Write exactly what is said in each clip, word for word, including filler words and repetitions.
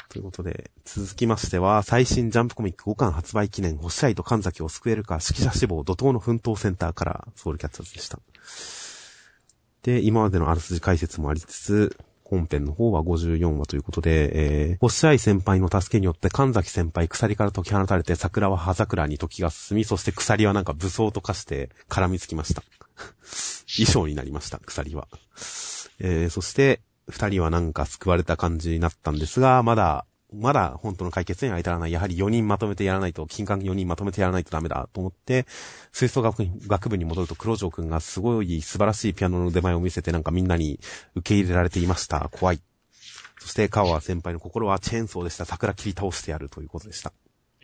ということで、続きましては、最新ジャンプコミックごかん発売記念、星合と神崎を救えるか、指揮者志望、怒涛の奮闘センターからソウルキャッチャーズでした。で、今までのあらすじ解説もありつつ、本編の方はごじゅうよんわということで、えー、星合先輩の助けによって神崎先輩鎖から解き放たれて、桜は葉桜に時が進み、そして鎖はなんか武装と化して絡みつきました。衣装になりました、鎖は。えー、そして、二人はなんか救われた感じになったんですが、まだ、まだ本当の解決には至らない。やはりよにんまとめてやらないと、金管よにんまとめてやらないとダメだと思って、吹奏楽学部に戻ると黒城くんがすごい素晴らしいピアノの出前を見せてなんかみんなに受け入れられていました。怖い。そして川和先輩の心はチェーンソーでした。桜切り倒してやるということでした。はい。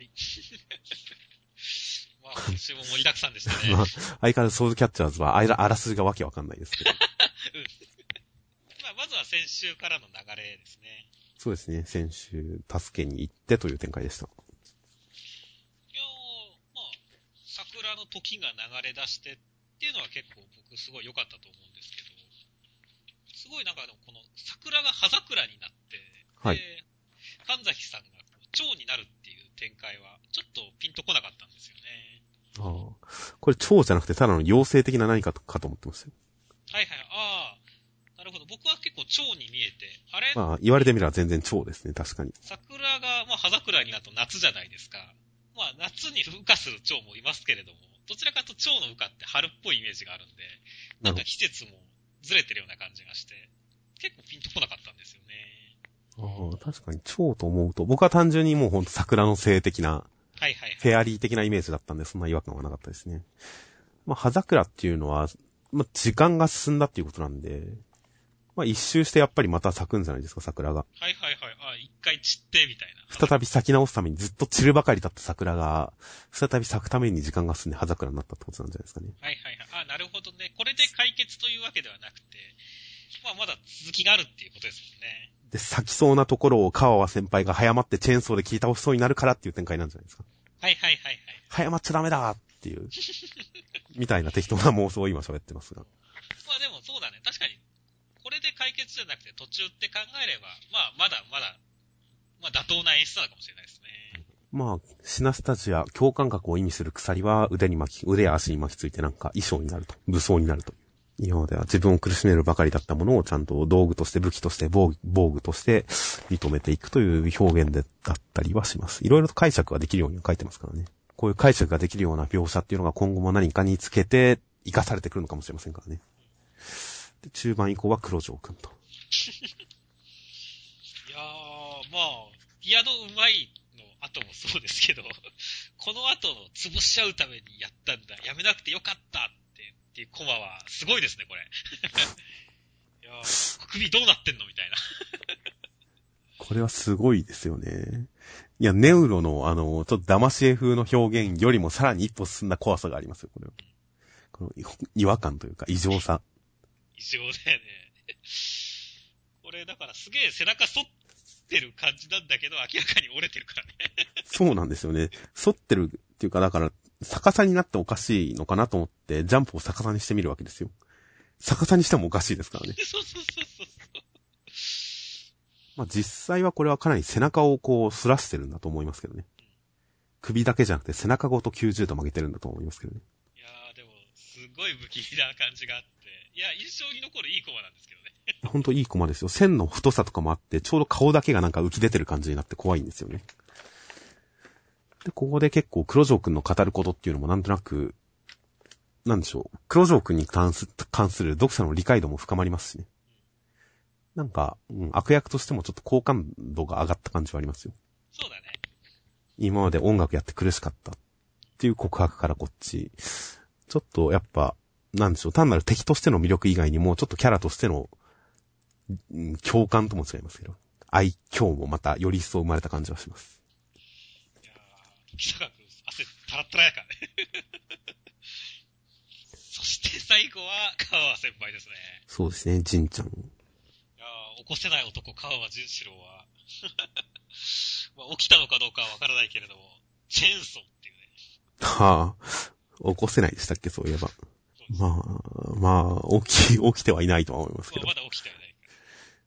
まあ、今週も盛りだくさんでしたね。 まあ、相変わらずソウルキャッチャーズはあら、あらすじがわけわかんないですけど。 まあ、まずは先週からの流れですね。 そうですね。先週、助けに行ってという展開でした。いやー、まあ、桜の時が流れ出してっていうのは結構僕すごい良かったと思うんですけど、すごいなんかこの桜が葉桜になって、 はい。 で、神崎さんが蝶になるっていう展開はちょっとピンとこなかったんですよね。 ああ。これ蝶じゃなくてただの妖精的な何かかと思ってましたよ。 はいはい、ああ。なるほど。僕は結構蝶に見えて、あれまあ、言われてみれば全然蝶ですね、確かに。 桜が、まあ、葉桜になると夏じゃないですか。まあ、夏に羽化する蝶もいますけれども、どちらかというと蝶の羽化って春っぽいイメージがあるんで、なんか季節もずれてるような感じがして、結構ピンとこなかったんですよね。 ああ、確かに蝶と思うと、僕は単純にもうほんと桜の性的な、 はいはいはい。 フェアリー的なイメージだったんで、そんな違和感はなかったですね。まあ、葉桜っていうのは、まあ、時間が進んだっていうことなんで、まあ一周してやっぱりまた咲くんじゃないですか、桜が。 はいはいはい。あ、一回散ってみたいな。再び咲き直すためにずっと散るばかりだった桜が、再び咲くために時間が進んで葉桜になったってことなんじゃないですかね。 はいはいはい。あ、なるほどね。これで解決というわけではなくて、まあまだ続きがあるっていうことですもんね。 で、咲きそうなところを川和先輩が早まってチェーンソーで切り倒しそうになるからっていう展開なんじゃないですか。 はいはいはいはい。 早まっちゃダメだっていう、みたいな適当な妄想を今喋ってますが。 まあでもそうだね。確かに、これで解決じゃなくて途中って考えれば、まあまだまだ、まあ妥当な演出なのかもしれないですね。 まあ、シナスタジア、共感覚を意味する鎖は腕に巻き、腕や足に巻きついてなんか衣装になると、武装になるという。今までは自分を苦しめるばかりだったものをちゃんと道具として武器として防具として認めていくという表現でだったりはします。いろいろと解釈ができるように書いてますからね。こういう解釈ができるような描写っていうのが今後も何かにつけて活かされてくるのかもしれませんからね。で中盤以降は黒城くんと。 いやー、まあ、ピアノうまいの後もそうですけど、この後の潰しちゃうためにやったんだ、やめなくてよかったってっていうコマはすごいですね、これ。いやー、首どうなってんのみたいな。 これはすごいですよね。いや、ネウロのあの、ちょっと騙し絵風の表現よりもさらに一歩進んだ怖さがありますよ、これは。この違和感というか異常さ。 異常だよね。これだからすげえ背中反ってる感じなんだけど明らかに折れてるからね。 そうなんですよね。反ってるっていうかだから逆さになっておかしいのかなと思ってジャンプを逆さにしてみるわけですよ。逆さにしてもおかしいですからね。 そうそうそうそう。 まあ実際はこれはかなり背中をこう反らしてるんだと思いますけどね。首だけじゃなくて背中ごときゅうじゅうど曲げてるんだと思いますけどね。 いやーでもすごい不気味な感じがあって、いや印象に残るいいコマなんですけどね。 ほんといいコマですよ。線の太さとかもあって、ちょうど顔だけがなんか浮き出てる感じになって怖いんですよね。で、ここで結構黒城くんの語ることっていうのもなんとなく、なんでしょう。黒城くんに関す、関する読者の理解度も深まりますしね。なんか、うん、悪役としてもちょっと好感度が上がった感じはありますよ。 そうだね。 今まで音楽やって苦しかったっていう告白からこっち、ちょっとやっぱ、なんでしょう。単なる敵としての魅力以外にも、ちょっとキャラとしての、うん、共感とも違いますけど、愛嬌もまたより一層生まれた感じはします。 いやー、北川くん、汗タラッタラやからね。そして最後は川和先輩ですね。 そうですね、ジンちゃん。 いやー、起こせない男、川和純志郎は、まあ、起きたのかどうかはわからないけれども、チェーンソーっていうね。 はあ、起こせないでしたっけ、そういえば。まあ、まあ、起き、起きてはいないとは思いますけど。 まあ、まだ起きてはいない。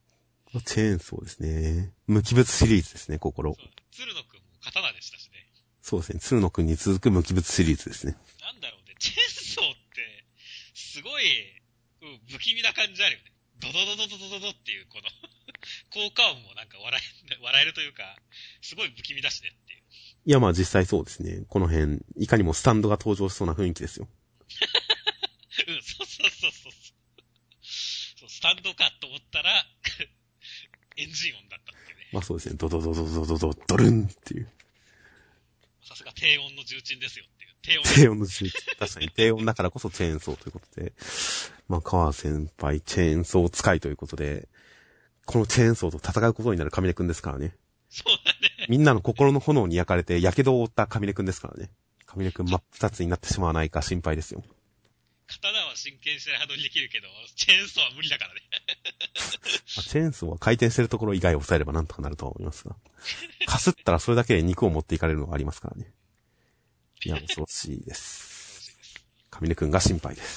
チェーンソーですね。無機物シリーズですね、心。 そう。鶴野くんも刀でしたしね。 そうですね。鶴野くんに続く無機物シリーズですね。 なんだろうね、チェーンソーって、すごい、うん、不気味な感じあるよね。ドドドドドドドドっていう、この、効果音もなんか笑え、笑えるというか、すごい不気味だしねっていう。 いや、まあ実際そうですね。この辺、いかにもスタンドが登場しそうな雰囲気ですよ。 うん、そうそうそうそう。そう、スタンドかと思ったら、エンジン音だったっていうね。 まあそうですね。ドドドドドドドドルンっていう。 さすが低音の重鎮ですよっていう。低音低音の重鎮。確かに低音だからこそチェーンソーということで。まあ川先輩、チェーンソー使いということで、このチェーンソーと戦うことになる神根くんですからね。 そうだね。 みんなの心の炎に焼かれて、火傷を負った神根くんですからね。神根くん真っ二つになってしまわないか心配ですよ。 刀は真剣して波動にできるけど、チェーンソーは無理だからね。 まあ、チェーンソーは回転してるところ以外を抑えればなんとかなるとは思いますが。かすったらそれだけで肉を持っていかれるのがありますからね。いや、恐ろしいです。神根くんが心配です。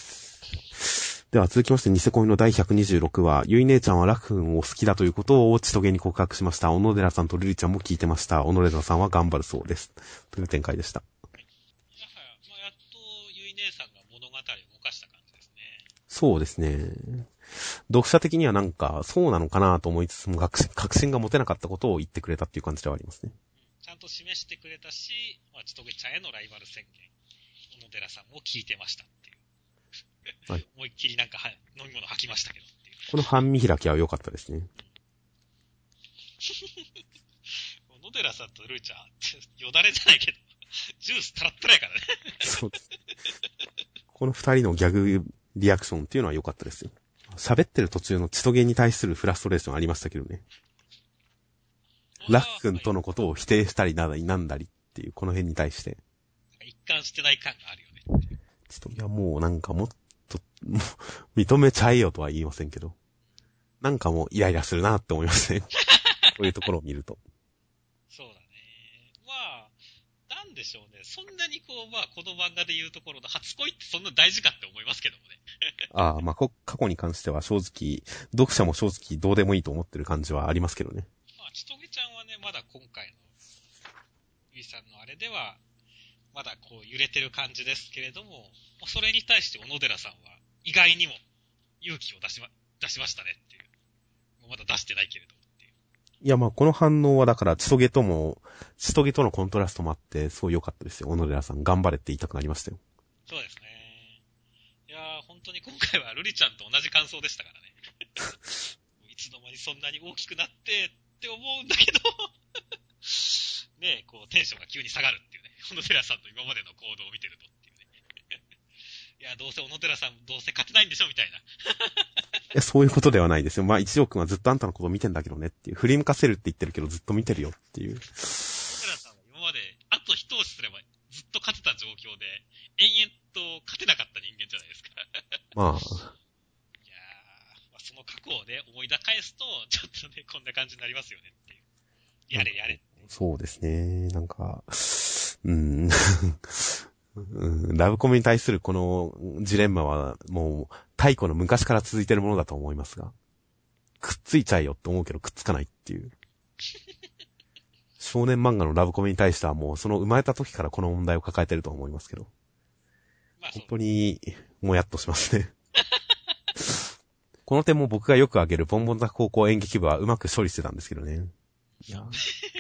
では続きまして、ニセ恋のだいひゃくにじゅうろくわ、ゆい姉ちゃんはラフンを好きだということをちとげに告白しました。小野寺さんとルリちゃんも聞いてました。小野寺さんは頑張るそうです。という展開でした。 まあ、やっとゆい姉さんが物語を動かした感じですね。 そうですね。読者的にはなんか、そうなのかなと思いつつも、確信が持てなかったことを言ってくれたっていう感じではありますね。 ちゃんと示してくれたし、まあ、ちとげちゃんへのライバル宣言、小野寺さんも聞いてましたっていう。はい、思いっきりなんかは飲み物吐きましたけどっていう。 この半身開きは良かったですね。 小野寺さんとルーちゃん、よだれじゃないけど、ジュースたらったらやからね。 そうです。この二人のギャグリアクションっていうのは良かったですよ。喋ってる途中のちとげに対するフラストレーションありましたけどね。ラックンとのことを否定したりなんだりなんだりっていうこの辺に対して。 一貫してない感があるよね。 ちとげはもうなんかもっと、もう認めちゃえよとは言いませんけど。なんかもうイライラするなって思いますね。こういうところを見ると。 そうだね。まあ、なんでしょうね。そんなにこう、まあ、この漫画で言うところの初恋ってそんな大事かって思いますけどもね。 ああ、まあ、過去に関しては正直、読者も正直どうでもいいと思ってる感じはありますけどね。 まあ、ちとげちゃんはね、まだ今回の、ゆいさんのあれでは、まだこう揺れてる感じですけれども、それに対して小野寺さんは意外にも勇気を出しま、出しましたねっていう。もうまだ出してないけれどっていう。 いや、まあ、この反応はだから、ちとげとも、ちとげとのコントラストもあって、すごい良かったですよ。小野寺さん、頑張れって言いたくなりましたよ。 そうですね。いやー、本当に今回はルリちゃんと同じ感想でしたからね。いつの間にそんなに大きくなってって思うんだけど、ねえ、こう、テンションが急に下がるっていうね。小野寺さんの今までの行動を見てるとっていうね。いや、どうせ小野寺さん、どうせ勝てないんでしょみたいな。いや、そういうことではないですよ。まあ、一条くんはずっとあんたのこと見てんだけどねっていう。振り向かせるって言ってるけど、ずっと見てるよっていう。 小野寺さんは今まで、あと一押しすれば、ずっと勝てた状況で、延々と勝てなかった人間じゃないですか。 まあ。いやー、 まあ、その過去をね、思い出返すと、ちょっとね、こんな感じになりますよねっていう。やれやれ。 そうですね。なんか、うーん。うん、ラブコメに対するこのジレンマはもう太古の昔から続いているものだと思いますが、くっついちゃえよって思うけどくっつかないっていう。少年漫画のラブコメに対してはもうその生まれた時からこの問題を抱えていると思いますけど、まあ、本当にもやっとしますね。この点も僕がよく挙げるボンボンザ高校演劇部はうまく処理してたんですけどね。いや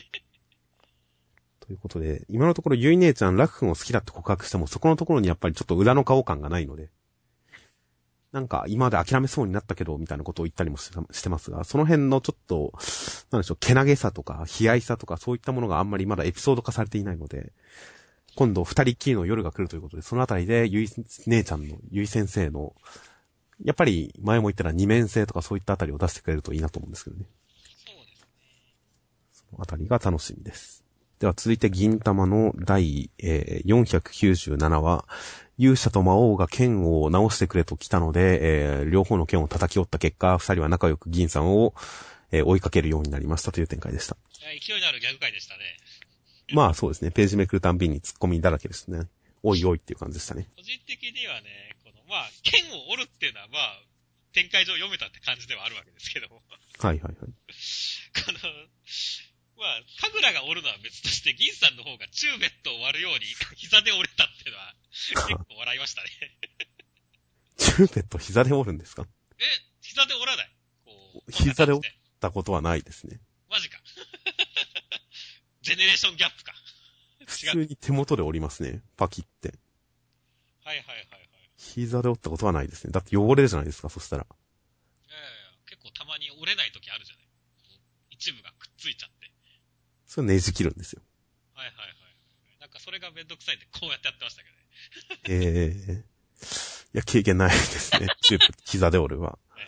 ということで、今のところゆい姉ちゃんラフ君を好きだって告白しても、そこのところにやっぱりちょっと裏の顔感がないので、なんか今まで諦めそうになったけど、みたいなことを言ったりもしてますが、その辺のちょっと、なんでしょう、けなげさとか、悲哀さとか、そういったものがあんまりまだエピソード化されていないので、今度二人っきりの夜が来るということで、そのあたりでゆい姉ちゃんの、ゆい先生の、やっぱり前も言ったら二面性とかそういったあたりを出してくれるといいなと思うんですけどね。 そうですね。 そのあたりが楽しみです。では続いて銀玉の第、えー、よんひゃくきゅうじゅうななわ、勇者と魔王が剣を直してくれと来たので、えー、両方の剣を叩き折った結果、二人は仲良く銀さんを、えー、追いかけるようになりましたという展開でした。 勢いのあるギャグ回でしたね。 まあそうですね、ページめくるたんびに突っ込みだらけですね。おいおいっていう感じでしたね。 個人的にはね、この、まあ、剣を折るっていうのはまあ、 展開上読めたって感じではあるわけですけど。 はいはいはい。 この、まあ、神楽が折るのは別として、銀さんの方がチューベットを割るように膝で折れたっていうのは結構笑いましたね。 チューベット膝で折るんですか？ え、膝で折らない？こう膝で折ったことはないですね。 マジか。ジェネレーションギャップか。 普通に手元で折りますね。パキって。 はいはいはいはい。 膝で折ったことはないですね。だって汚れるじゃないですか、そしたら。 いやいやいや、結構たまに折れない時あるじゃない。一部がくっついちゃって。 それねじ切るんですよ。 はいはいはい。なんかそれがめんどくさいんでこうやってやってましたけどね。 ええー。いや、経験ないですね。チューベット、膝で折るは。 ね、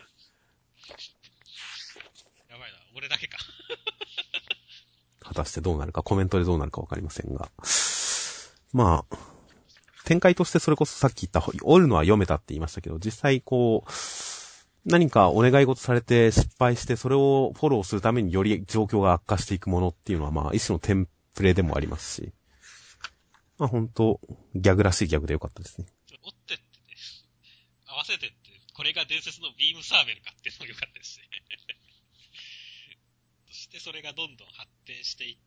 やばいな、俺だけか。 果たしてどうなるか、コメントでどうなるかわかりませんが。まあ、展開としてそれこそさっき言った、折るのは読めたって言いましたけど、実際こう、何かお願い事されて失敗して、それをフォローするためにより状況が悪化していくものっていうのは、まあ、一種のテンプレでもありますし、まあ本当ギャグらしいギャグでよかったですね。 折ってってね、合わせてって、これが伝説のビームサーベルかっていうのもよかったですね。そしてそれがどんどん発展していって、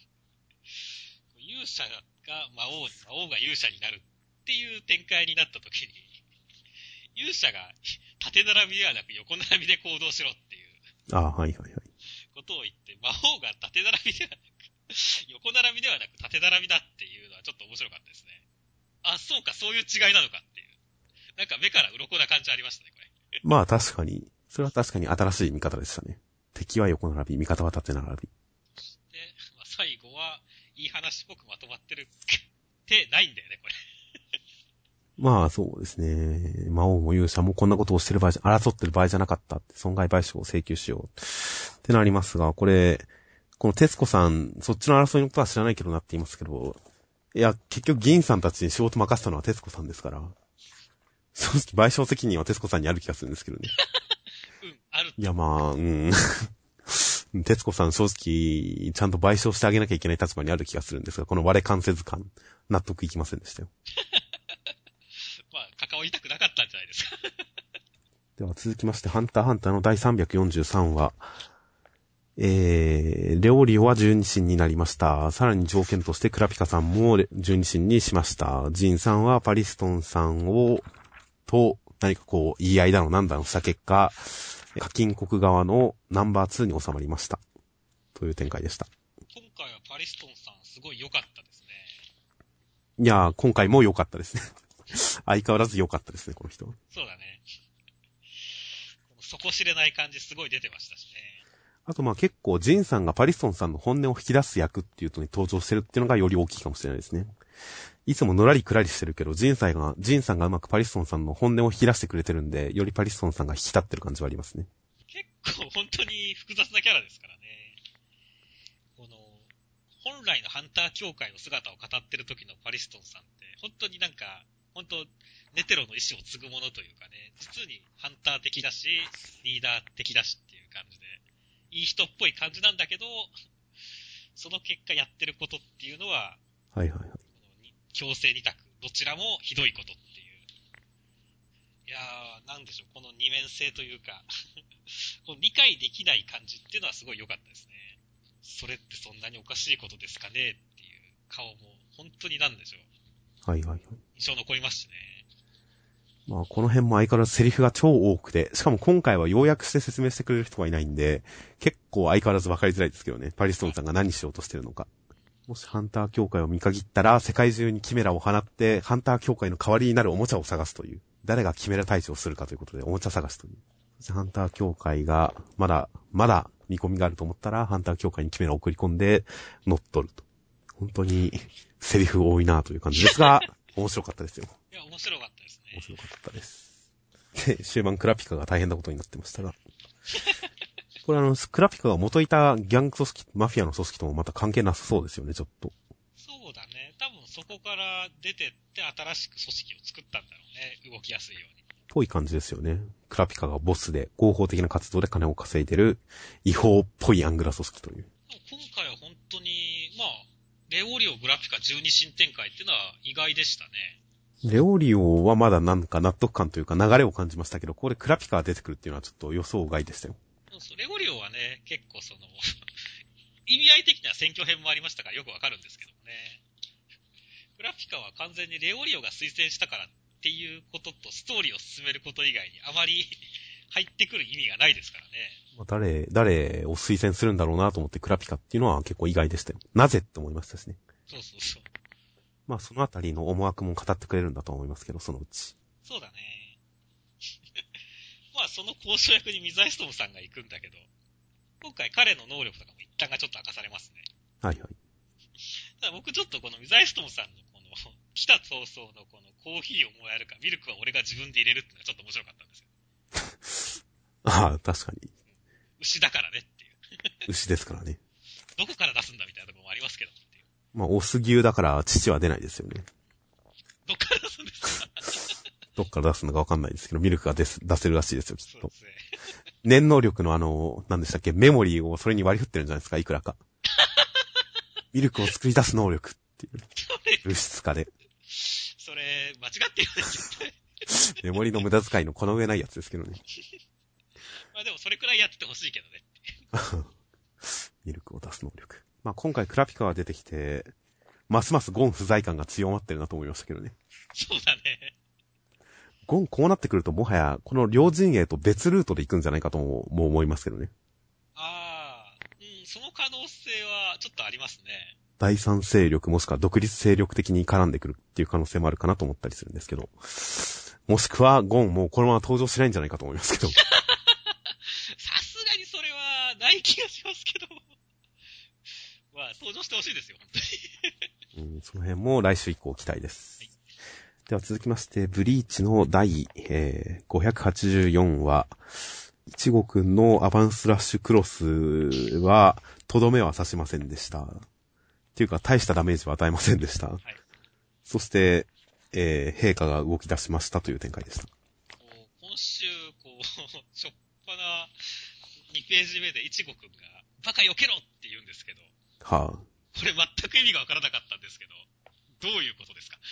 勇者が魔王に、魔王が勇者になるっていう展開になった時に、勇者が縦並びではなく横並びで行動しろっていう。 ああ、はいはいはい。 ことを言って、魔王が縦並びではなく、横並びではなく縦並びだっていうのはちょっと面白かったですね。あ、そうか、そういう違いなのかっていう。なんか目から鱗な感じありましたね、これ。 まあ確かに、それは確かに新しい見方でしたね。敵は横並び、味方は縦並び。 で、まあ、最後は、いい話っぽくまとまってるってないんだよね、これ。 まあそうですね。魔王も勇者もこんなことをしてる場合じゃ、争ってる場合じゃなかったって、損害賠償を請求しようってなりますが、これ、この徹子さん、そっちの争いのことは知らないけどなって言いますけど、いや、結局議員さんたちに仕事任せたのは徹子さんですから、正直賠償責任は徹子さんにある気がするんですけどね。 うん、ある。 いやまあ、うん。徹子さん正直、ちゃんと賠償してあげなきゃいけない立場にある気がするんですが、この我関せず感、納得いきませんでしたよ。 まあ、関わりたくなかったんじゃないですか。 では続きまして、ハンターハンターのだいさんびゃくよんじゅうさんわ。えー、レオリオはじゅうに神になりました。さらに条件としてクラピカさんもじゅうに神にしました。ジンさんはパリストンさんを、と、何かこう、言い合いだのなんだのした結果、課金国側のナンバーツーに収まりました。という展開でした。 今回はパリストンさんすごい良かったですね。 いやー、今回も良かったですね。相変わらず良かったですね、この人。 そうだね。底知れない感じすごい出てましたしね。 あとまあ結構ジンさんがパリストンさんの本音を引き出す役っていうのに登場してるっていうのがより大きいかもしれないですね。いつものらりくらりしてるけど、ジンさんが、ジンさんがうまくパリストンさんの本音を引き出してくれてるんで、よりパリストンさんが引き立ってる感じはありますね。 結構本当に複雑なキャラですからね。この、本来のハンター協会の姿を語ってる時のパリストンさんって、本当になんか、本当、ネテロの意志を継ぐものというかね、実にハンター的だし、リーダー的だしっていう感じで、いい人っぽい感じなんだけど、その結果やってることっていうのは、 はいはいはい。 強制二択。どちらもひどいことっていう。いやー、なんでしょう、この二面性というか、この理解できない感じっていうのはすごい良かったですね。それってそんなにおかしいことですかねっていう顔も、本当になんでしょう。 はいはいはい。 印象残りますしね。 まあこの辺も相変わらずセリフが超多くて、しかも今回は要約して説明してくれる人がいないんで、結構相変わらず分かりづらいですけどね。パリストンさんが何しようとしてるのか。もしハンター協会を見限ったら、世界中にキメラを放って、ハンター協会の代わりになるおもちゃを探すという。誰がキメラ退治をするかということで、おもちゃ探しという。そしてハンター協会が、まだ、まだ見込みがあると思ったら、ハンター協会にキメラを送り込んで、乗っ取ると。本当に、セリフ多いなという感じですが、面白かったですよ。 いや、面白かったですね。 面白かったです。で、終盤クラピカが大変なことになってましたが。これあの、クラピカが元いたギャング組織、マフィアの組織ともまた関係なさそうですよね、ちょっと。 そうだね。多分そこから出てって新しく組織を作ったんだろうね。動きやすいように。 ぽい感じですよね。クラピカがボスで合法的な活動で金を稼いでる違法っぽいアングラ組織という。 今回は本当に、まあ、レオリオグラピカじゅうに神展開っていうのは意外でしたね。 レオリオはまだなんか納得感というか流れを感じましたけど、ここでクラピカが出てくるっていうのはちょっと予想外でしたよ。 そうそう、レオリオはね、結構その、意味合い的には選挙編もありましたからよくわかるんですけどね。クラピカは完全にレオリオが推薦したからっていうこととストーリーを進めること以外にあまり入ってくる意味がないですからね。 誰、誰を推薦するんだろうなと思ってクラピカっていうのは結構意外でしたよ。なぜって思いましたしね。 そうそうそう。 まあそのあたりの思惑も語ってくれるんだと思いますけど、そのうち。 そうだね。まあその交渉役にミザイストムさんが行くんだけど、今回彼の能力とかも一端がちょっと明かされますね。 はいはい。 ただ僕ちょっとこのミザイストムさんのこの、来た早々のこのコーヒーをもらえるか、ミルクは俺が自分で入れるっていうのはちょっと面白かったんですよ。 ああ、確かに。 牛だからねっていう。 牛ですからね。 どこから出すんだみたいなところもありますけどっていう。 まあ、オス牛だから乳は出ないですよね。 どっから出すんですかどっから出すのかわかんないですけど、ミルクが出す、出せるらしいですよ、きっと。 そうですね。 念能力のあの、何でしたっけ、メモリーをそれに割り振ってるんじゃないですか、いくらか。ミルクを作り出す能力っていう。物質化で。 それ、間違ってるよね、絶対。 メモリの無駄遣いのこの上ないやつですけどね。 まあでもそれくらいやっててほしいけどね。 ミルクを出す能力。まあ今回クラピカが出てきて、ますますゴン不在感が強まってるなと思いましたけどね。 そうだね。 ゴンこうなってくるともはやこの両陣営と別ルートで行くんじゃないかとももう思いますけどね。 ああ、うん、その可能性はちょっとありますね。 第三勢力もしくは独立勢力的に絡んでくるっていう可能性もあるかなと思ったりするんですけど。もしくはゴンもうこのまま登場しないんじゃないかと思いますけど。 さすがにそれはない気がしますけど。まあ登場してほしいですよ、本当に。 うん、その辺も来週以降期待です。 はい、 では続きまして、ブリーチの第、えー、ごひゃくはちじゅうよんわ、いちごくんのアバンスラッシュクロスは、とどめは刺しませんでした。っていうか、大したダメージは与えませんでした。はい、そして、えー、陛下が動き出しましたという展開でした。 今週、こう、しょっぱなにページ目でいちごくんが、バカ避けろって言うんですけど、 はあ、 これ全く意味がわからなかったんですけど、どういうことですか？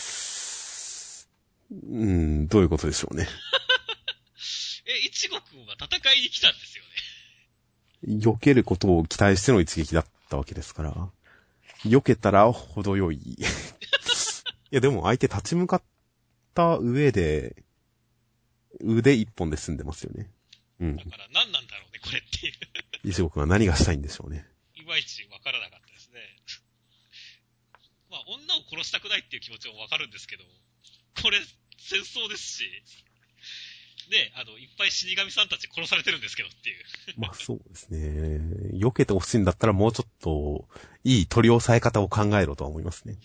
うーん、どういうことでしょうね。 え、いちごくんは戦いに来たんですよね。避けることを期待しての一撃だったわけですから、避けたら程よい。いやでも相手立ち向かった上で、腕一本で済んでますよね。うん。 だから何なんだろうね、これっていう。 いちごくんは何がしたいんでしょうね。 いまいちわからなかったですね。まあ、女を殺したくないっていう気持ちもわかるんですけど、これ、戦争ですし、ね、あの、いっぱい死神さんたち殺されてるんですけどっていう。 まあそうですね。避けてほしいんだったらもうちょっと、いい取り押さえ方を考えろとは思いますね。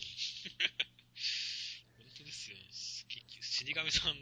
本当ですよ。死神さん、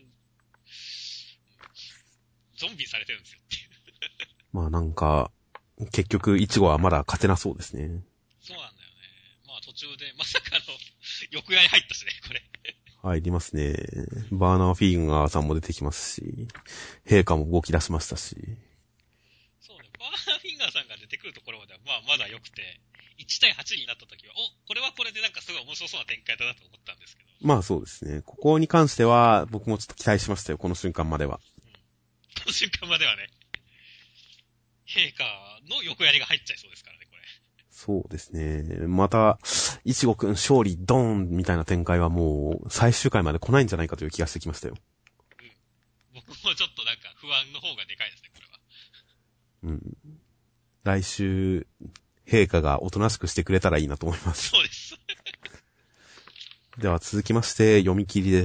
ゾンビされてるんですよっていう。 まあなんか、結局、イチゴはまだ勝てなそうですね。 そうなんだよね。まあ途中で、まさかの、横やり入ったしね、これ。 入りますね。バーナーフィンガーさんも出てきますし、陛下も動き出しましたし。 そうね、バーナーフィンガーさんが出てくるところまでは、まあまだ良くて、いちたいはちになった時は、お、これはこれでなんかすごい面白そうな展開だなと思ったんですけど。 まあそうですね。ここに関しては、僕もちょっと期待しましたよ、この瞬間までは。 うん、この瞬間まではね、陛下の横やりが入っちゃいそうですからね、これ。 そうですね。また、いちごくん勝利ドーンみたいな展開はもう、最終回まで来ないんじゃないかという気がしてきましたよ。 うん。僕もちょっとなんか不安の方がでかいですね、これは。 うん。来週、陛下がおとなしくしてくれたらいいなと思います。 そうです。 では続きまして、読み切りです。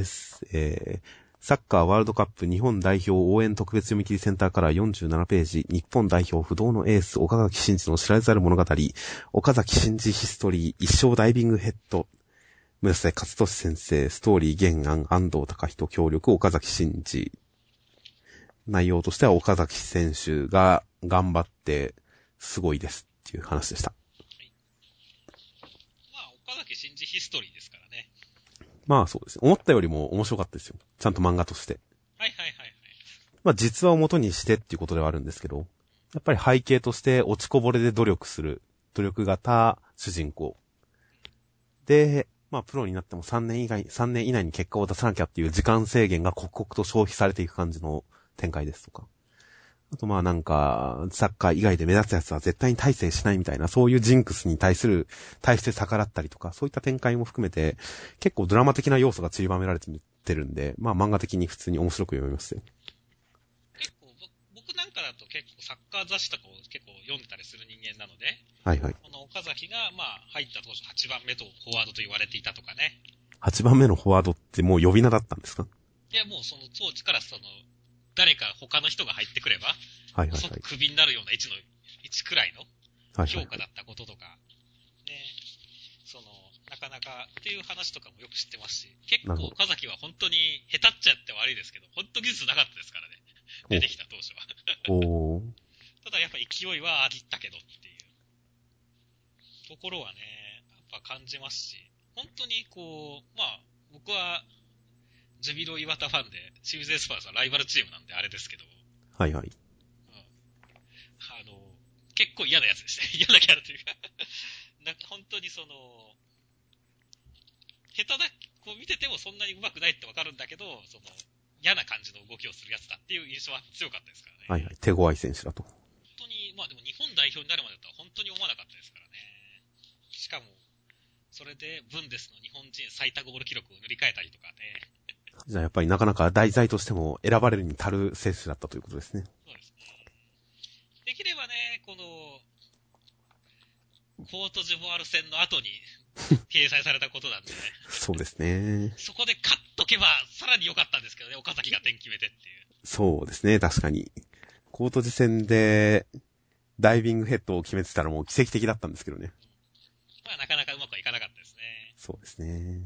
えー、サッカーワールドカップ日本代表応援特別読み切りセンターからよんじゅうななページ、日本代表不動のエース、岡崎慎司の知られざる物語、岡崎慎司ヒストリー、一生ダイビングヘッド、村瀬勝利先生、ストーリー原案、安藤隆人協力、岡崎慎司。内容としては岡崎選手が頑張ってすごいですっていう話でした。はい、 まあ、岡崎慎司ヒストリーですからね。 まあそうです。思ったよりも面白かったですよ。ちゃんと漫画として。 はいはいはいはい。 まあ実話を元にしてっていうことではあるんですけど、やっぱり背景として落ちこぼれで努力する、努力型主人公。で、 まあプロになってもさんねん以外、さんねん以内に結果を出さなきゃっていう時間制限が刻々と消費されていく感じの展開ですとか。あとまあなんか、サッカー以外で目立つやつは絶対に大成しないみたいな、そういうジンクスに対する、対して逆らったりとか、そういった展開も含めて、結構ドラマ的な要素が散りばめられてるんで、まあ漫画的に普通に面白く読めますよ。 結構、僕なんかだと結構サッカー雑誌とかを結構読んでたりする人間なので、 はいはい。 この岡崎がまあ入った当初はちばんめとフォワードと言われていたとかね。 はちばんめのフォワードってもう呼び名だったんですか？ いやもうその当時からその、誰か他の人が入ってくれば、 はいはいはい。 即クビになるような位置の、位置くらいの評価だったこととか、ね、その、なかなかっていう話とかもよく知ってますし、結構岡崎は本当に下手っちゃって悪いですけど、本当技術なかったですからね。出てきた当初は。 おー。 ただやっぱ勢いはあったけどっていうところはね、やっぱ感じますし、本当にこう、まあ、僕は、ジュビロ磐田ファンで、清水エスパルスはライバルチームなんであれですけど、 はいはい。 あの、結構嫌なやつですね。嫌なキャラというかなんか本当にその、下手だ、こう見ててもそんなに上手くないってわかるんだけど、その、嫌な感じの動きをするやつだっていう印象は強かったですからね。 はいはい。手強い選手だと。 本当に、まあでも日本代表になるまでだったら本当に思わなかったですからね。しかも、それでブンデスの日本人最多ゴール記録を塗り替えたりとかね。 じゃあやっぱりなかなか題材としても選ばれるに足る選手だったということですね。 そうですね。できればね、この、コートジボワール戦の後に掲載されたことなんで、ね、 そうですね。 そこで勝っとけばさらに良かったんですけどね、岡崎が点決めてっていう。 そうですね、確かに。コート時戦でダイビングヘッドを決めてたらもう奇跡的だったんですけどね。 まあなかなかうまくはいかなかったですね。 そうですね。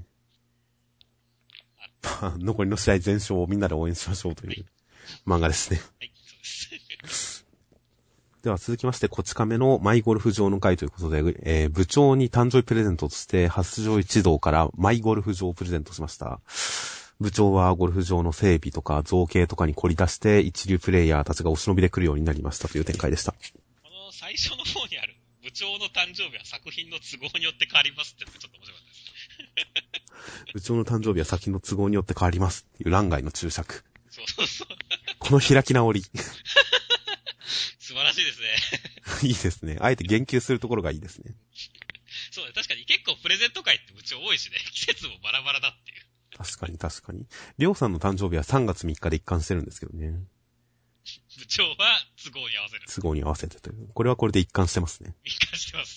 残りの試合全勝をみんなで応援しましょうという漫画ですね。 はい、そうです。 では続きまして、こち亀のマイゴルフ場の会ということで、えー、部長に誕生日プレゼントとして発情一同からマイゴルフ場をプレゼントしました。部長はゴルフ場の整備とか造形とかに凝り出して一流プレイヤーたちがお忍びで来るようになりましたという展開でした。 この最初の方にある部長の誕生日は作品の都合によって変わりますってのがちょっと面白かったです。 部長の誕生日は先の都合によって変わりますっていう欄外の注釈。 そうそうそう。 この開き直り。 素晴らしいですね。 いいですね。あえて言及するところがいいですね。 そうね。確かに結構プレゼント会って部長多いしね。季節もバラバラだっていう。 確かに確かに。りょうさんの誕生日はさんがつみっかで一貫してるんですけどね。 部長は都合に合わせる。 都合に合わせてという。これはこれで一貫してますね。 一貫してます。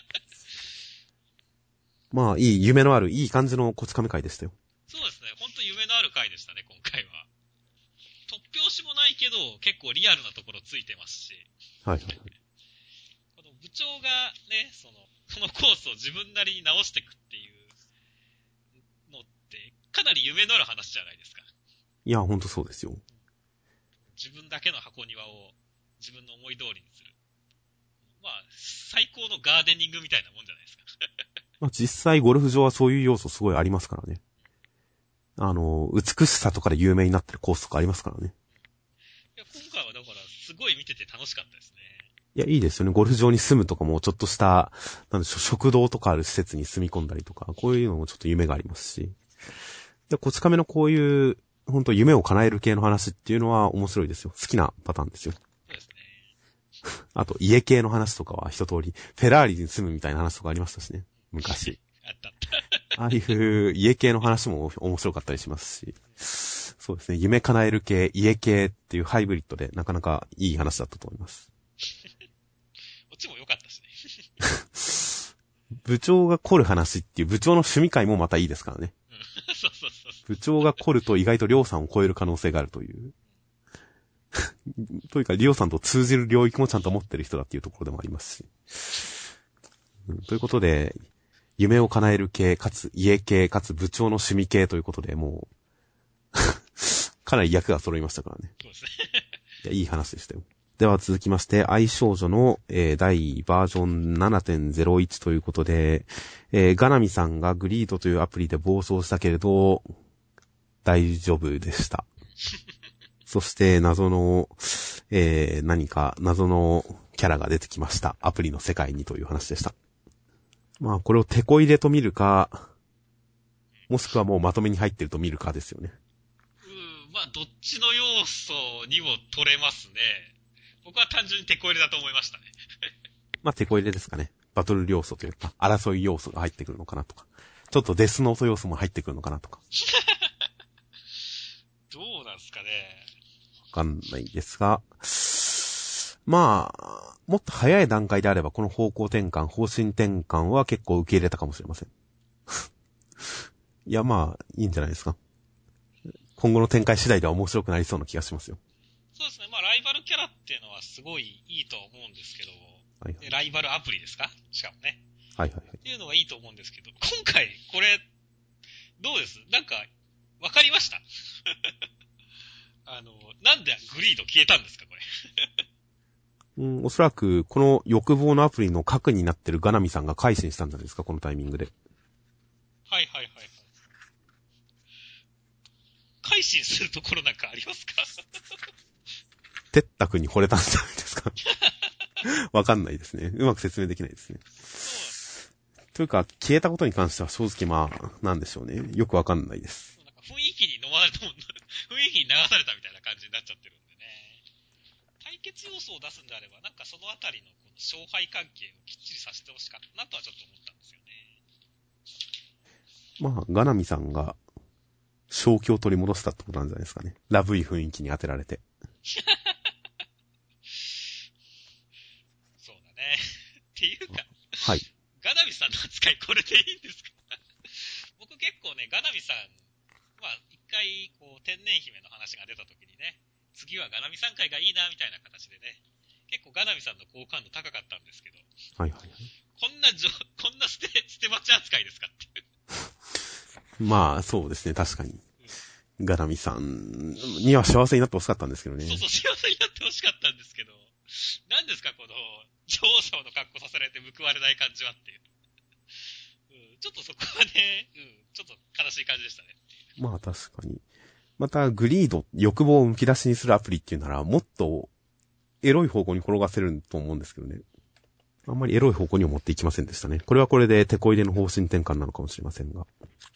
まあ、いい、夢のある、いい感じのこち亀会でしたよ。 そうですね。ほんと夢のある回でしたね、今回は。突拍子もないけど、結構リアルなところついてますし。 はいはいはい。 この部長がね、その、このコースを自分なりに直していくっていうのって、かなり夢のある話じゃないですか。 いや、ほんとそうですよ。 自分だけの箱庭を自分の思い通りにする。まあ、最高のガーデニングみたいなもんじゃないですか。 まあ実際ゴルフ場はそういう要素すごいありますからね。あの、美しさとかで有名になってるコースとかありますからね。 いや、今回はだから、すごい見てて楽しかったですね。 いや、いいですよね。ゴルフ場に住むとかも、ちょっとした、なんでしょう、食堂とかある施設に住み込んだりとか、こういうのもちょっと夢がありますし。で、こち亀のこういう、本当夢を叶える系の話っていうのは面白いですよ。好きなパターンですよ。 そうですね。 あと、家系の話とかは一通り、フェラーリに住むみたいな話とかありましたしね。昔。 あったあった。 ああいう家系の話も面白かったりしますし。そうですね。夢叶える系、家系っていうハイブリッドでなかなかいい話だったと思います。 こっちも良かったしね。 部長が凝る話っていう部長の趣味会もまたいいですからね。 うん、そうそうそうそう。 部長が凝ると意外とりょうさんを超える可能性があるという。というか、りょうさんと通じる領域もちゃんと持ってる人だっていうところでもありますし。うん、ということで、夢を叶える系、かつ家系、かつ部長の趣味系ということで、もう、かなり役が揃いましたからね。 そうですね。 いや、いい話でしたよ。では続きまして、愛少女の、えー、第バージョン ななてんゼロいち ということで、えー、ガナミさんがグリードというアプリで暴走したけれど、大丈夫でした。そして謎の、えー、何か謎のキャラが出てきました。アプリの世界にという話でした。まあこれをテコ入れと見るか、 もしくはもうまとめに入ってると見るかですよね。 うん、まあ、どっちの要素にも取れますね。僕は単純にテこ入れだと思いましたね。 まあ、テこ入れですかね。バトル要素というか、争い要素が入ってくるのかなとか。ちょっとデスノート要素も入ってくるのかなとか。 どうなんすかね。 わかんないですが、まあ、もっと早い段階であればこの方向転換、方針転換は結構受け入れたかもしれません。いや、まあ、いいんじゃないですか。今後の展開次第では面白くなりそうな気がしますよ。 そうですね。まあ、ライバルキャラっていうのはすごいいいと思うんですけど、はいはい、ライバルアプリですか？しかもね。 はいはいはい。 っていうのはいいと思うんですけど、今回、これ、どうです？なんか、わかりましたあの、なんでグリード消えたんですか、これ。 うん、おそらく、この欲望のアプリの核になってるガナミさんが改心したんじゃないですか、このタイミングで。 はいはいはいはい。改心するところなんかありますか？ てったくんに惚れたんじゃないですか。わかんないですね。うまく説明できないですね。というか、消えたことに関しては正直まあ、なんでしょうね。よくわかんないです。 なんか雰囲気に飲まれたもん、雰囲気に流されたみたいな感じになっちゃってるんでね。対決要素を出すんであれば、なんかそのあたりのこの勝敗関係をきっちりさせてほしかったなとはちょっと思ったんですよね。 ね。 まあ、ガナミさんが、正気を取り戻したってことなんじゃないですかね。ラブい雰囲気に当てられて。 そうだね。っていうか、 はい。 ガナミさんの扱いこれでいいんですか？僕結構ね、ガナミさん、まあ一回こう天然姫の話が出た時にね、次はガナミさん回がいいなみたいな形でね、結構ガナミさんの好感度高かったんですけど、 はいはいはい。 こんなじょ、こんな捨て、捨て町扱いですかっていう。 まあ、そうですね、確かに。うん、ガナミさんには幸せになってほしかったんですけどね。 そうそう、幸せになってほしかったんですけど、何ですかこの、女王様の格好させられて報われない感じはっていう。うん、ちょっとそこはね、うん、ちょっと悲しい感じでしたね。 まあ確かに。また、グリード、欲望をむき出しにするアプリっていうなら、もっと、エロい方向に転がせると思うんですけどね。あんまりエロい方向には持っていきませんでしたね。これはこれで手こ入れの方針転換なのかもしれませんが。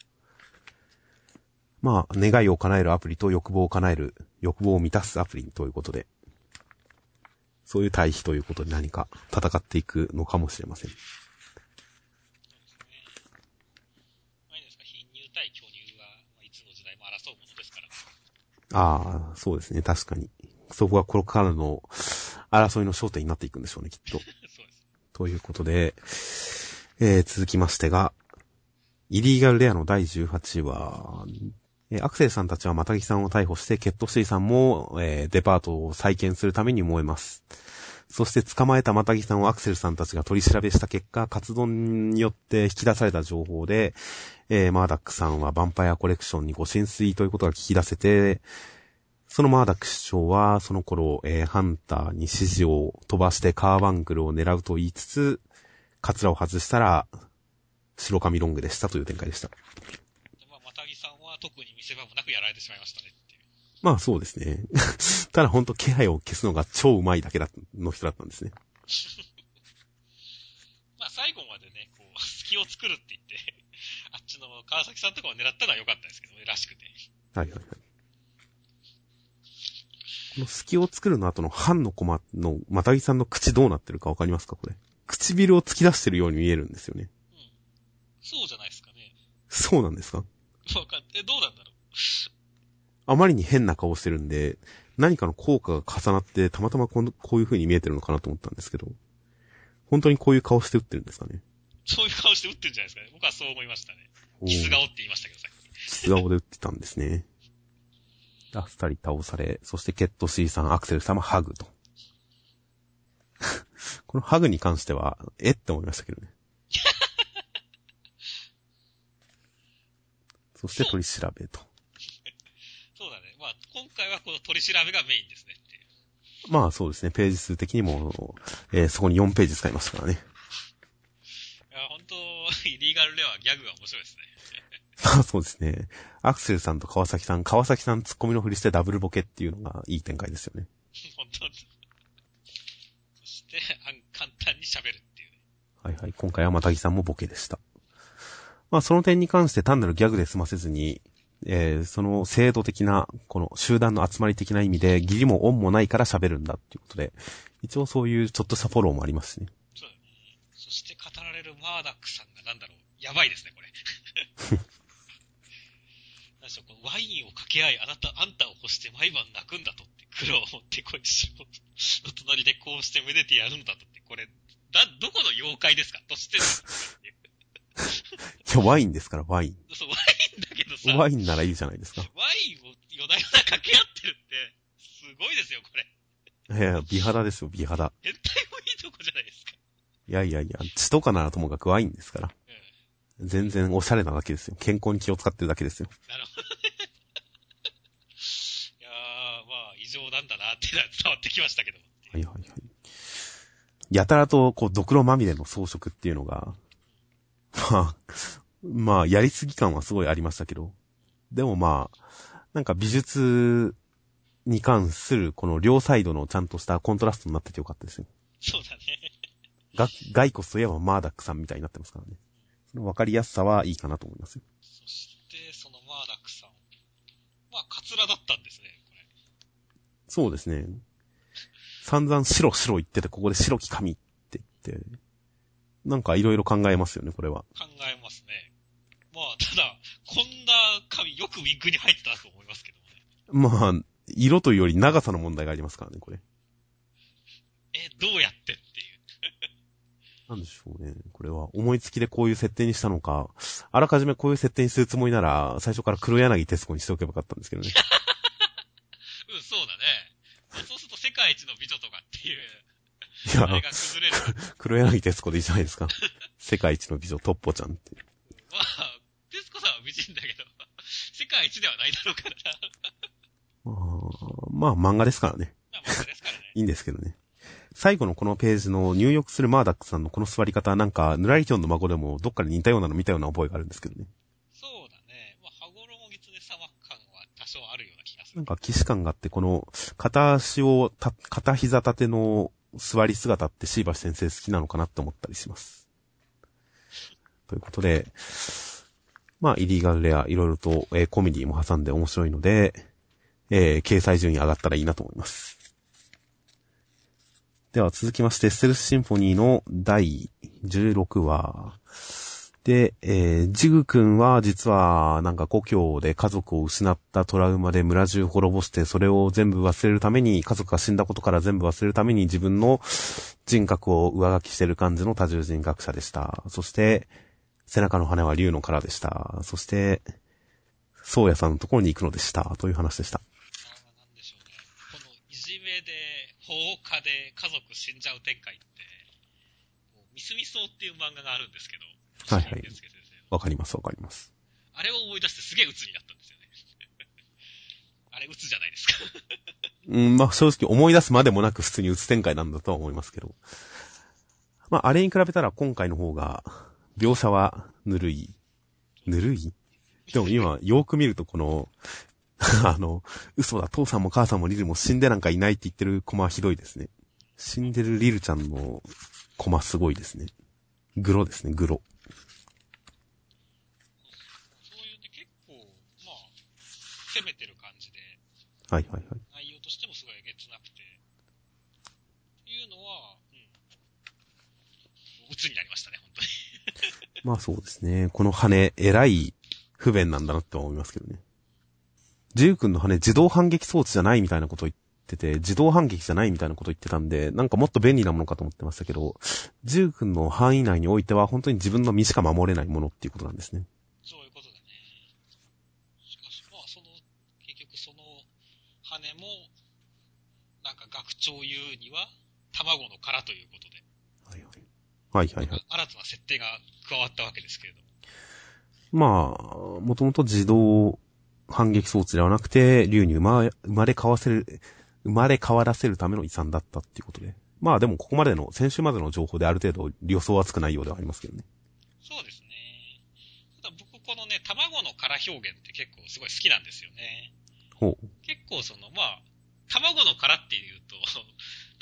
まあ、願いを叶えるアプリと欲望を叶える、欲望を満たすアプリということで、そういう対比ということで何か戦っていくのかもしれません。 対巨乳はいつの時代も争うものですから。 ああ、そうですね。確かに。そこがこれからの争いの焦点になっていくんでしょうね、きっと。そうです。ということで、えー、続きましてが、イリーガルレアのだいじゅうはちわ、えー、アクセルさんたちはマタギさんを逮捕して、ケットシーさんも、えー、デパートを再建するために燃えます。そして捕まえたマタギさんをアクセルさんたちが取り調べした結果、活動によって引き出された情報で、えー、マーダックさんはヴァンパイアコレクションにご浸水ということが聞き出せて、そのマーダック首相はその頃、えー、ハンターに指示を飛ばしてカーバングルを狙うと言いつつ、カツラを外したら白髪ロングでしたという展開でした。 まあ、マタギさんは特に見せ場もなくやられてしまいましたねっていう。 まあそうですね。ただ本当気配を消すのが超うまいだけだの人だったんですね。 まあ最後までね、こう隙を作るって言ってあっちの川崎さんとかを狙ったのは良かったですけどね、らしくて。 はいはいはい。この隙を作るの後の半のコマのマタギさんの口どうなってるかわかりますかこれ。唇を突き出してるように見えるんですよね。 うん。そうじゃないですかね。 そうなんですか？ わかん、え、どうなんだろう。 あまりに変な顔してるんで、何かの効果が重なってたまたまこうこういう風に見えてるのかなと思ったんですけど、本当にこういう顔して打ってるんですかね。 そういう顔して打ってるんじゃないですかね。僕はそう思いましたね。キス顔って言いましたけどさっき。 キス顔で打ってたんですね。あっさり倒され、そしてケット C さん、アクセルさんはハグと。このハグに関しては、えって思いましたけどね。そして取り調べと。 そうだね。まあ、今回はこの取り調べがメインですねっていう。 まあそうですね。ページ数的にも、えー、そこによんページ使いましたからね。 いや、本当イリーガルレアはギャグが面白いですね。 まあそうですね。アクセルさんと川崎さん、川崎さんツッコミのふりしてダブルボケっていうのがいい展開ですよね。 本当そして、簡単に喋るっていう、ね。 はいはい。今回はマタギさんもボケでした。 まあその点に関して単なるギャグで済ませずに、えー、その制度的な、この集団の集まり的な意味で、義理も恩もないから喋るんだっていうことで、一応そういうちょっとしたフォローもありますしね。 そうだね。そして語られるマーダックさんがなんだろう、やばいですね、これ。なんでしょう、このワインを掛け合い、あなた、あんたを欲して毎晩泣くんだとって、黒を持ってこいしろの隣でこうしてめでてやるんだとって、これ、だ、どこの妖怪ですかとしてるんですかっていう。 いや、ワインですから、ワイン。 そう、ワインだけどさ。 ワインならいいじゃないですか。 ワインを夜な夜な掛け合ってるって、すごいですよ、これ。 いやいや、美肌ですよ、美肌。 変態もいいとこじゃないですか。いやいやいや、血とかならともかくワインですから。うん、全然おしゃれなだけですよ。健康に気を使ってるだけですよ。 なるほどね。いやー、まあ、異常なんだなっていうのは伝わってきましたけど。 はいはいはい。やたらと、こう、ドクロまみれの装飾っていうのが、まあ、まあ、やりすぎ感はすごいありましたけど、でもまあ、なんか美術に関するこの両サイドのちゃんとしたコントラストになっててよかったですよ。 そうだね。 が、骸骨といえばマーダックさんみたいになってますからね。その分かりやすさはいいかなと思いますよ。 そして、そのマーダックさん。まあ、カツラだったんですね、これ。 そうですね。散々白白言ってて、ここで白き髪って言って、なんかいろいろ考えますよね、これは。 考えますね。まあ、ただ、こんな髪よくウィッグに入ってたと思いますけどね。 まあ、色というより長さの問題がありますからね、これ。 え、どうやってっていう。 なんでしょうね。これは思いつきでこういう設定にしたのか、あらかじめこういう設定にするつもりなら、最初から黒柳徹子にしておけばよかったんですけどね。 うん、そうだね。そうすると世界一の美女とかっていう。 いや、 あれが崩れる。 黒柳徹子でいいじゃないですか。世界一の美女、トッポちゃんって。 まあ、徹子さんは美人だけど、世界一ではないだろうからな。 まあ、まあ漫画ですからね。 まあ漫画ですからね。 いいんですけどね。最後のこのページの入浴するマーダックさんのこの座り方、なんか、ヌラリキョンの孫でもどっかで似たようなの見たような覚えがあるんですけどね。 そうだね。まあ、羽衣狐様感は多少あるような気がする。 なんか騎士感があって、この、片足をた、片膝立ての座り姿って椎橋先生好きなのかなって思ったりします。ということで、まあ、イリーガルレア、いろいろと、えー、コメディも挟んで面白いので、えー、掲載順位上がったらいいなと思います。では続きまして、ステルスシンフォニーのだいじゅうろくわ。で、えー、ジグ君は実はなんか故郷で家族を失ったトラウマで村中滅ぼして、それを全部忘れるために、家族が死んだことから全部忘れるために自分の人格を上書きしてる感じの多重人格者でした。そして、背中の羽は竜の殻でした。そして、宗谷さんのところに行くのでした。という話でした。 なんでしょうね。このいじめで、放火で家族死んじゃう展開って、ミスミソウっていう漫画があるんですけど、 はいはい。わかりますわかります。 あれを思い出してすげえ鬱になったんですよね。あれ鬱じゃないですか。 うん、まあ正直思い出すまでもなく普通に鬱展開なんだとは思いますけど。まああれに比べたら今回の方が、描写はぬるい。ぬるい？でも今よく見るとこの、あの、嘘だ、父さんも母さんもリルも死んでなんかいないって言ってるコマはひどいですね。死んでるリルちゃんのコマすごいですね。グロですね、グロ。 そういうね、結構、まあ、攻めてる感じで。 はいはいはい。 内容としてもすごいえげつなくて。っていうのは、うん。鬱になりましたね、本当に。 まあそうですね。この羽、えらい不便なんだなって思いますけどね。ジュウ君の羽自動反撃装置じゃないみたいなことを言ってて、自動反撃じゃないみたいなことを言ってたんで、なんかもっと便利なものかと思ってましたけど、ジュウ君の範囲内においては本当に自分の身しか守れないものっていうことなんですね。 そういうことだね。しかし、まあ、その、結局その羽も、なんか学長言うには、卵の殻ということで。 はいはい。はいはいはい。 新たな設定が加わったわけですけれども。まあ、もともと自動反撃装置ではなくて、竜に生まれ、生まれ変わせる、生まれ変わらせるための遺産だったっていうことで。まあでもここまでの、先週までの情報である程度予想はつく内容ではありますけどね。 そうですね。ただ僕このね、卵の殻表現って結構すごい好きなんですよね。 ほう。 結構その、まあ、卵の殻っていうと、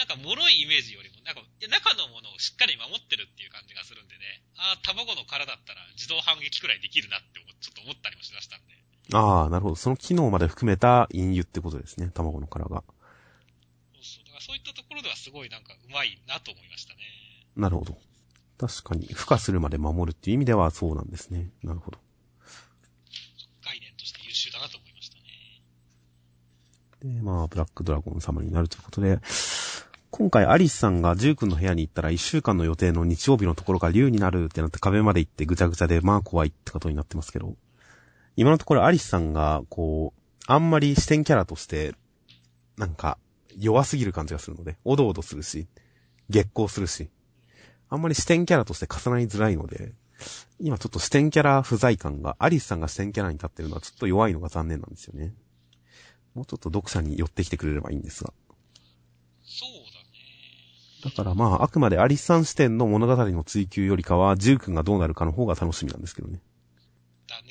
なんか脆いイメージよりも、なんか中のものをしっかり守ってるっていう感じがするんでね、ああ、卵の殻だったら自動反撃くらいできるなって思ちょっと思ったりもしましたんで。 ああ、なるほど。その機能まで含めた隠喩ってことですね、卵の殻が。 そうそう。だからそういったところではすごいなんかうまいなと思いましたね。 なるほど。確かに、孵化するまで守るっていう意味ではそうなんですね。なるほど。 概念として優秀だなと思いましたで、 ね。 まあ、ブラックドラゴン様になるということで、今回アリスさんがジュー君の部屋に行ったらいっしゅうかんの予定の日曜日のところが竜になるってなって壁まで行ってぐちゃぐちゃで、まあ怖いってことになってますけど、今のところアリスさんが、こう、あんまり視点キャラとして、なんか、弱すぎる感じがするので、おどおどするし、激高するし、あんまり視点キャラとして重なりづらいので、今ちょっと視点キャラ不在感が、アリスさんが視点キャラに立ってるのはちょっと弱いのが残念なんですよね。もうちょっと読者に寄ってきてくれればいいんですが。 そうだね。 だからまあ、あくまでアリスさん視点の物語の追求よりかは、ジュー君がどうなるかの方が楽しみなんですけどね。 だね。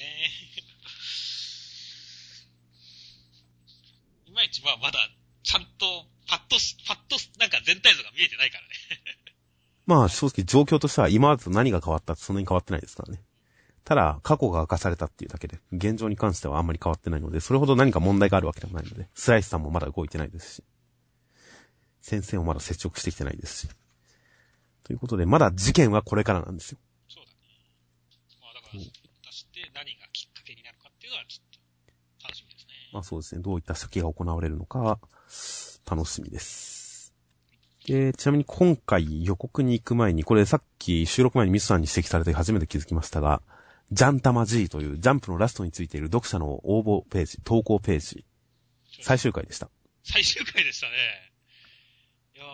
いまいちまあまだ、ちゃんと、パッと、パッと、なんか全体像が見えてないからね。 まあ、正直状況としては今までと何が変わったってそんなに変わってないですからね。ただ、過去が明かされたっていうだけで、現状に関してはあんまり変わってないので、それほど何か問題があるわけではないので、スライスさんもまだ動いてないですし、先生もまだ接触してきてないですし。ということで、まだ事件はこれからなんですよ。 そうだね。まあだから、出して何がきっかけになるかっていうのはちょっと楽しみですね。 まあそうですね、どういった先が行われるのか、楽しみです。で、ちなみに今回予告に行く前に、これさっき収録前にミスさんに指摘されて初めて気づきましたが、ジャンタマ G というジャンプのラストについている読者の応募ページ、投稿ページ、最終回でした。 最終回でしたね。いやー、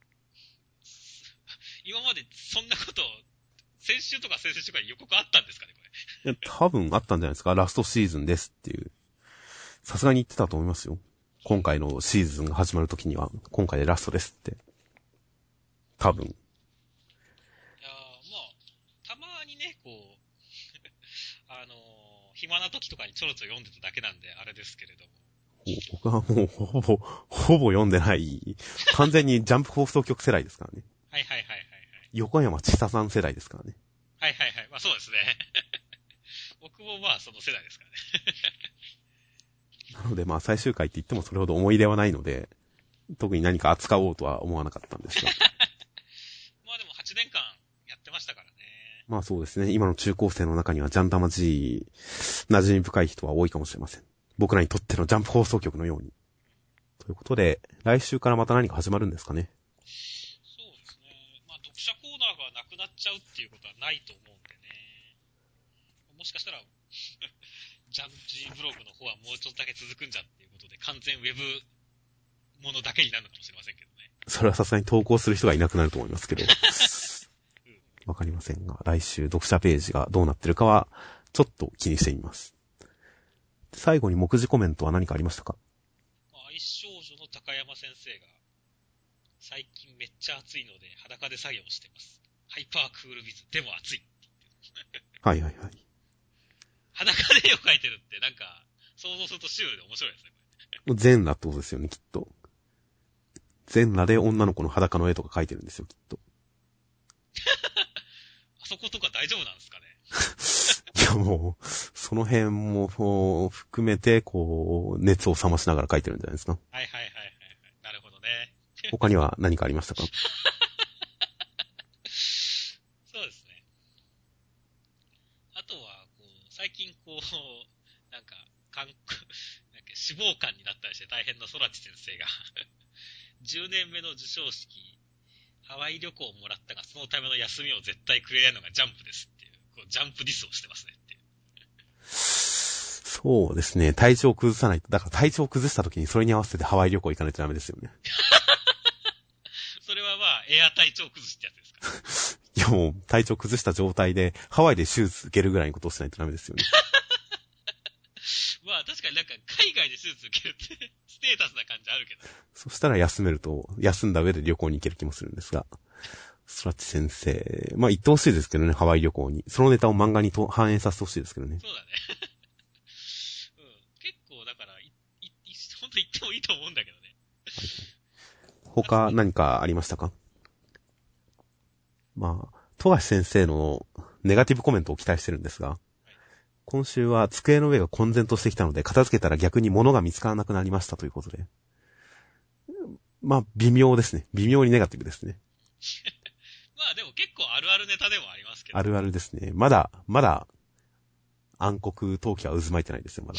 今までそんなこと、先週とか先々週から予告あったんですかね、これ。 いや、多分あったんじゃないですか。ラストシーズンですっていう。さすがに言ってたと思いますよ。今回のシーズンが始まるときには、今回でラストですって。多分。 いやー、まあ、たまにね、こう、あのー、暇な時とかにちょろちょろ読んでただけなんで、あれですけれども。 僕はもう、ほぼ、ほぼ読んでない。完全にジャンプ放送局世代ですからね。 はいはいはいはい、はい。 横山千沙さん世代ですからね。 はいはいはい。まあそうですね。僕もまあその世代ですからね。 なのでまあ最終回って言ってもそれほど思い出はないので、特に何か扱おうとは思わなかったんですが。 まあでもはちねんかんやってましたからね。 まあそうですね。今の中高生の中にはジャンタマ G、馴染み深い人は多いかもしれません。僕らにとってのジャンプ放送局のように。ということで、来週からまた何か始まるんですかね。 そうですね。まあ読者コーナーがなくなっちゃうっていうことはないと思うんでね。もしかしたら、ジャンジーブログの方はもうちょっとだけ続くんじゃっていうことで、完全ウェブものだけになるのかもしれませんけどね。 それはさすがに投稿する人がいなくなると思いますけど。わかりませんが、来週読者ページがどうなってるかは、ちょっと気にしてみます。最後に目次コメントは何かありましたか？ まあ、愛少女の高山先生が、最近めっちゃ暑いので裸で作業してます。ハイパークールビズ、でも暑い。 はいはいはい。 裸で絵を描いてるって、なんか、想像するとシュールで面白いですね、これ。 全裸ってことですよね、きっと。全裸で女の子の裸の絵とか描いてるんですよ、きっと。 あそことか大丈夫なんですかね。 いやもう、その辺も含めて、こう、熱を冷ましながら描いてるんじゃないですか。 はいはいはいはい。なるほどね。 他には何かありましたか？ そうですね。あとは、こう、最近こう、なんか、かん、なんか脂肪肝になったりして大変な空知先生が、じゅうねんめの授賞式、ハワイ旅行をもらったが、そのための休みを絶対くれないのがジャンプですっていう、こうジャンプディスをしてますねっていう。 そうですね。体調を崩さないと。だから体調を崩した時にそれに合わせてハワイ旅行行かないとダメですよね。 それはまあ、エア体調崩しってやつですか？ いやもう、体調崩した状態で、ハワイで手術受けるぐらいのことをしないとダメですよね。 まあ、確かになんか、海外で手術受けるって、ステータスな感じあるけど。 そしたら休めると、休んだ上で旅行に行ける気もするんですが。スラッチ先生、まあ行ってほしいですけどね、ハワイ旅行に。そのネタを漫画にと反映させてほしいですけどね。 そうだね。うん。結構、だから、い、い、ほんと行ってもいいと思うんだけどね。 他何かありましたか？まあ、富樫先生のネガティブコメントを期待してるんですが、今週は机の上が混然としてきたので、片付けたら逆に物が見つからなくなりましたということで。まあ、微妙ですね。微妙にネガティブですね。 まあでも結構あるあるネタでもありますけど。 あるあるですね。まだ、まだ、暗黒陶器は渦巻いてないですよ、まだ。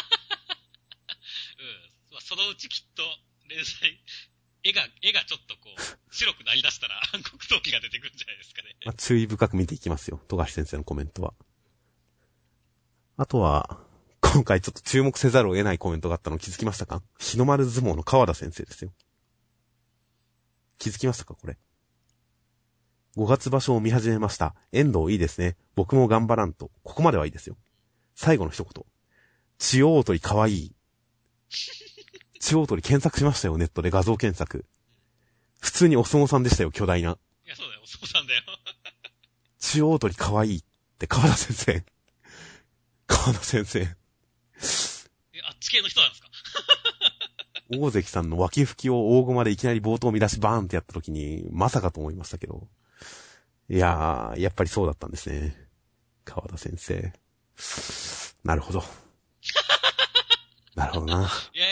うん。まあ、そのうちきっと、連載、絵が、絵がちょっとこう、白くなりだしたら暗黒陶器が出てくるんじゃないですかね。 まあ、注意深く見ていきますよ、富樫先生のコメントは。あとは、今回ちょっと注目せざるを得ないコメントがあったの気づきましたか？日の丸相撲の川田先生ですよ。気づきましたかこれ。ごがつ場所を見始めました。遠藤いいですね。僕も頑張らんと。ここまではいいですよ。最後の一言。千代鳥かわいい。千代鳥検索しましたよ、ネットで画像検索。普通にお相撲さんでしたよ、巨大な。 いや、そうだよ、お相撲さんだよ。 千代鳥かわいいって川田先生。川田先生。 え、あっち系の人なんですか？ 大関さんの脇吹きを大駒でいきなり冒頭見出しバーンってやった時に、まさかと思いましたけど。いやー、やっぱりそうだったんですね。川田先生。なるほど。なるほどな。 いやいやいや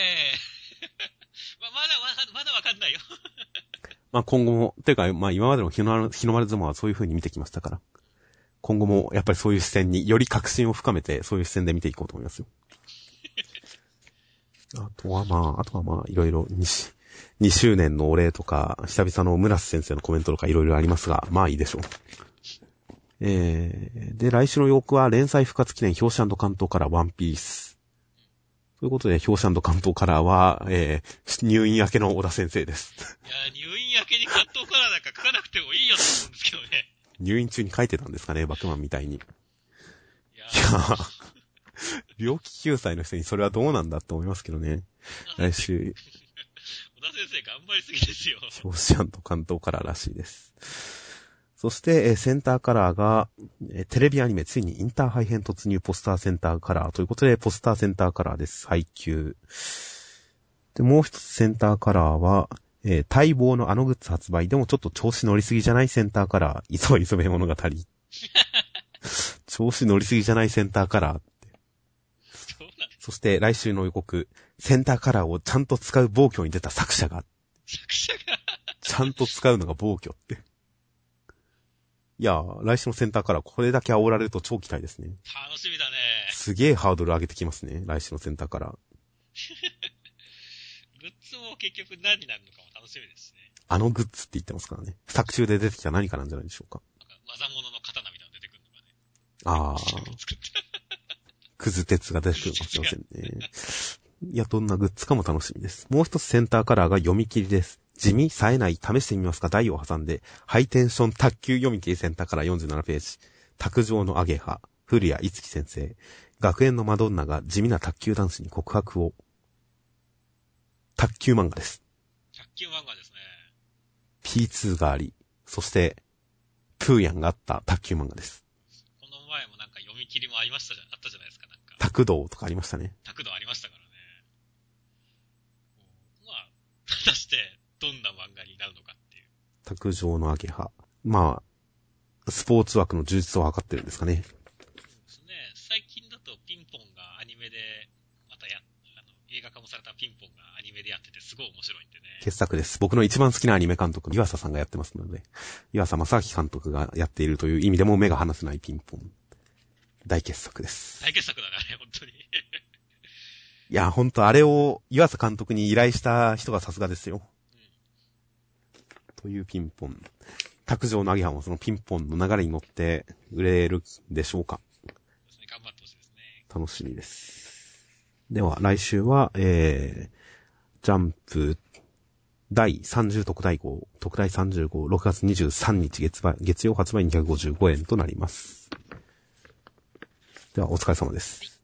ま、まだ、まだ、まだわかんないよ。 まあ今後も、てか、まあ今までの日の丸、日の丸相撲はそういう風に見てきましたから。今後もやっぱりそういう視線により確信を深めて、そういう視線で見ていこうと思いますよ。あとはまあ、あとはまあ、いろいろにしゅうねんのお礼とか、久々の村瀬先生のコメントとかいろいろありますが、まあいいでしょう。えー、で、来週のよっかは連載復活記念表紙&関東カラーワンピース。ということで、表紙&関東カラーは、えー、入院明けの小田先生です。 いや、入院明けに関東カラーなんか書かなくてもいいよと思うんですけどね。 入院中に書いてたんですかね、バクマンみたいに。いやや病気救済の人にそれはどうなんだって思いますけどね。来週。 小田先生頑張りすぎですよ。 表紙&関東カラーらしいです。そして、えー、センターカラーが、えー、テレビアニメついにインターハイ編突入ポスターセンターカラーということで、ポスターセンターカラーです。配給。で、もう一つセンターカラーは、えー、待望のあのグッズ発売でもちょっと調子乗りすぎじゃないセンターカラー、磯磯部物語。調子乗りすぎじゃないセンターカラーって。 そうなんです。 そして来週の予告、センターカラーをちゃんと使う暴挙に出た作者が。 作者がちゃんと使うのが暴挙って。いやー、来週のセンターカラーこれだけ煽られると超期待ですね。 楽しみだね。 すげーハードル上げてきますね、来週のセンターカラー。 グッズも結局何になるのかも楽しみですね。 あのグッズって言ってますからね。作中で出てきた何かなんじゃないでしょうか。 なんか技物の刀みたいなの出てくるのがね。 あー。クズ鉄が出てくるかもしれませんね。いや、どんなグッズかも楽しみです。もう一つセンターカラーが読み切りです。地味、冴えない、試してみますか、台を挟んで、ハイテンション卓球読み切りセンターカラーよんじゅうななページ。卓上のアゲハ、古谷いつき先生。学園のマドンナが地味な卓球男子に告白を。卓球漫画です。 卓球漫画ですね。 ピーツー があり、そして、プーヤンがあった卓球漫画です。 この前もなんか読み切りもありましたじゃ、あったじゃないですか、なんか。 卓道とかありましたね。 卓道ありましたからね。まあ、果たしてどんな漫画になるのかっていう。 卓上のアゲハ。まあ、スポーツ枠の充実を図ってるんですかね。 そうですね。最近だとピンポンがアニメで、またや、あの、映画化もされたピンポンがアニメでやっててすごい面白いんでね。 傑作です。僕の一番好きなアニメ監督、岩佐さんがやってますので、岩佐正明監督がやっているという意味でも目が離せないピンポン。大傑作です。 大傑作だね、あれ、本当に。 いや、ほんとあれを岩佐監督に依頼した人がさすがですよ。うん、というピンポン。卓上のアゲハもそのピンポンの流れに乗って売れるでしょうか。 そうですね、頑張ってほしいですね。 楽しみです。では、来週は、えー、ジャンプ、第さんじゅう特大号、特大さんじゅう号、ろくがつにじゅうさんにち月, 月曜発売にひゃくごじゅうごえんとなります。では、お疲れ様です。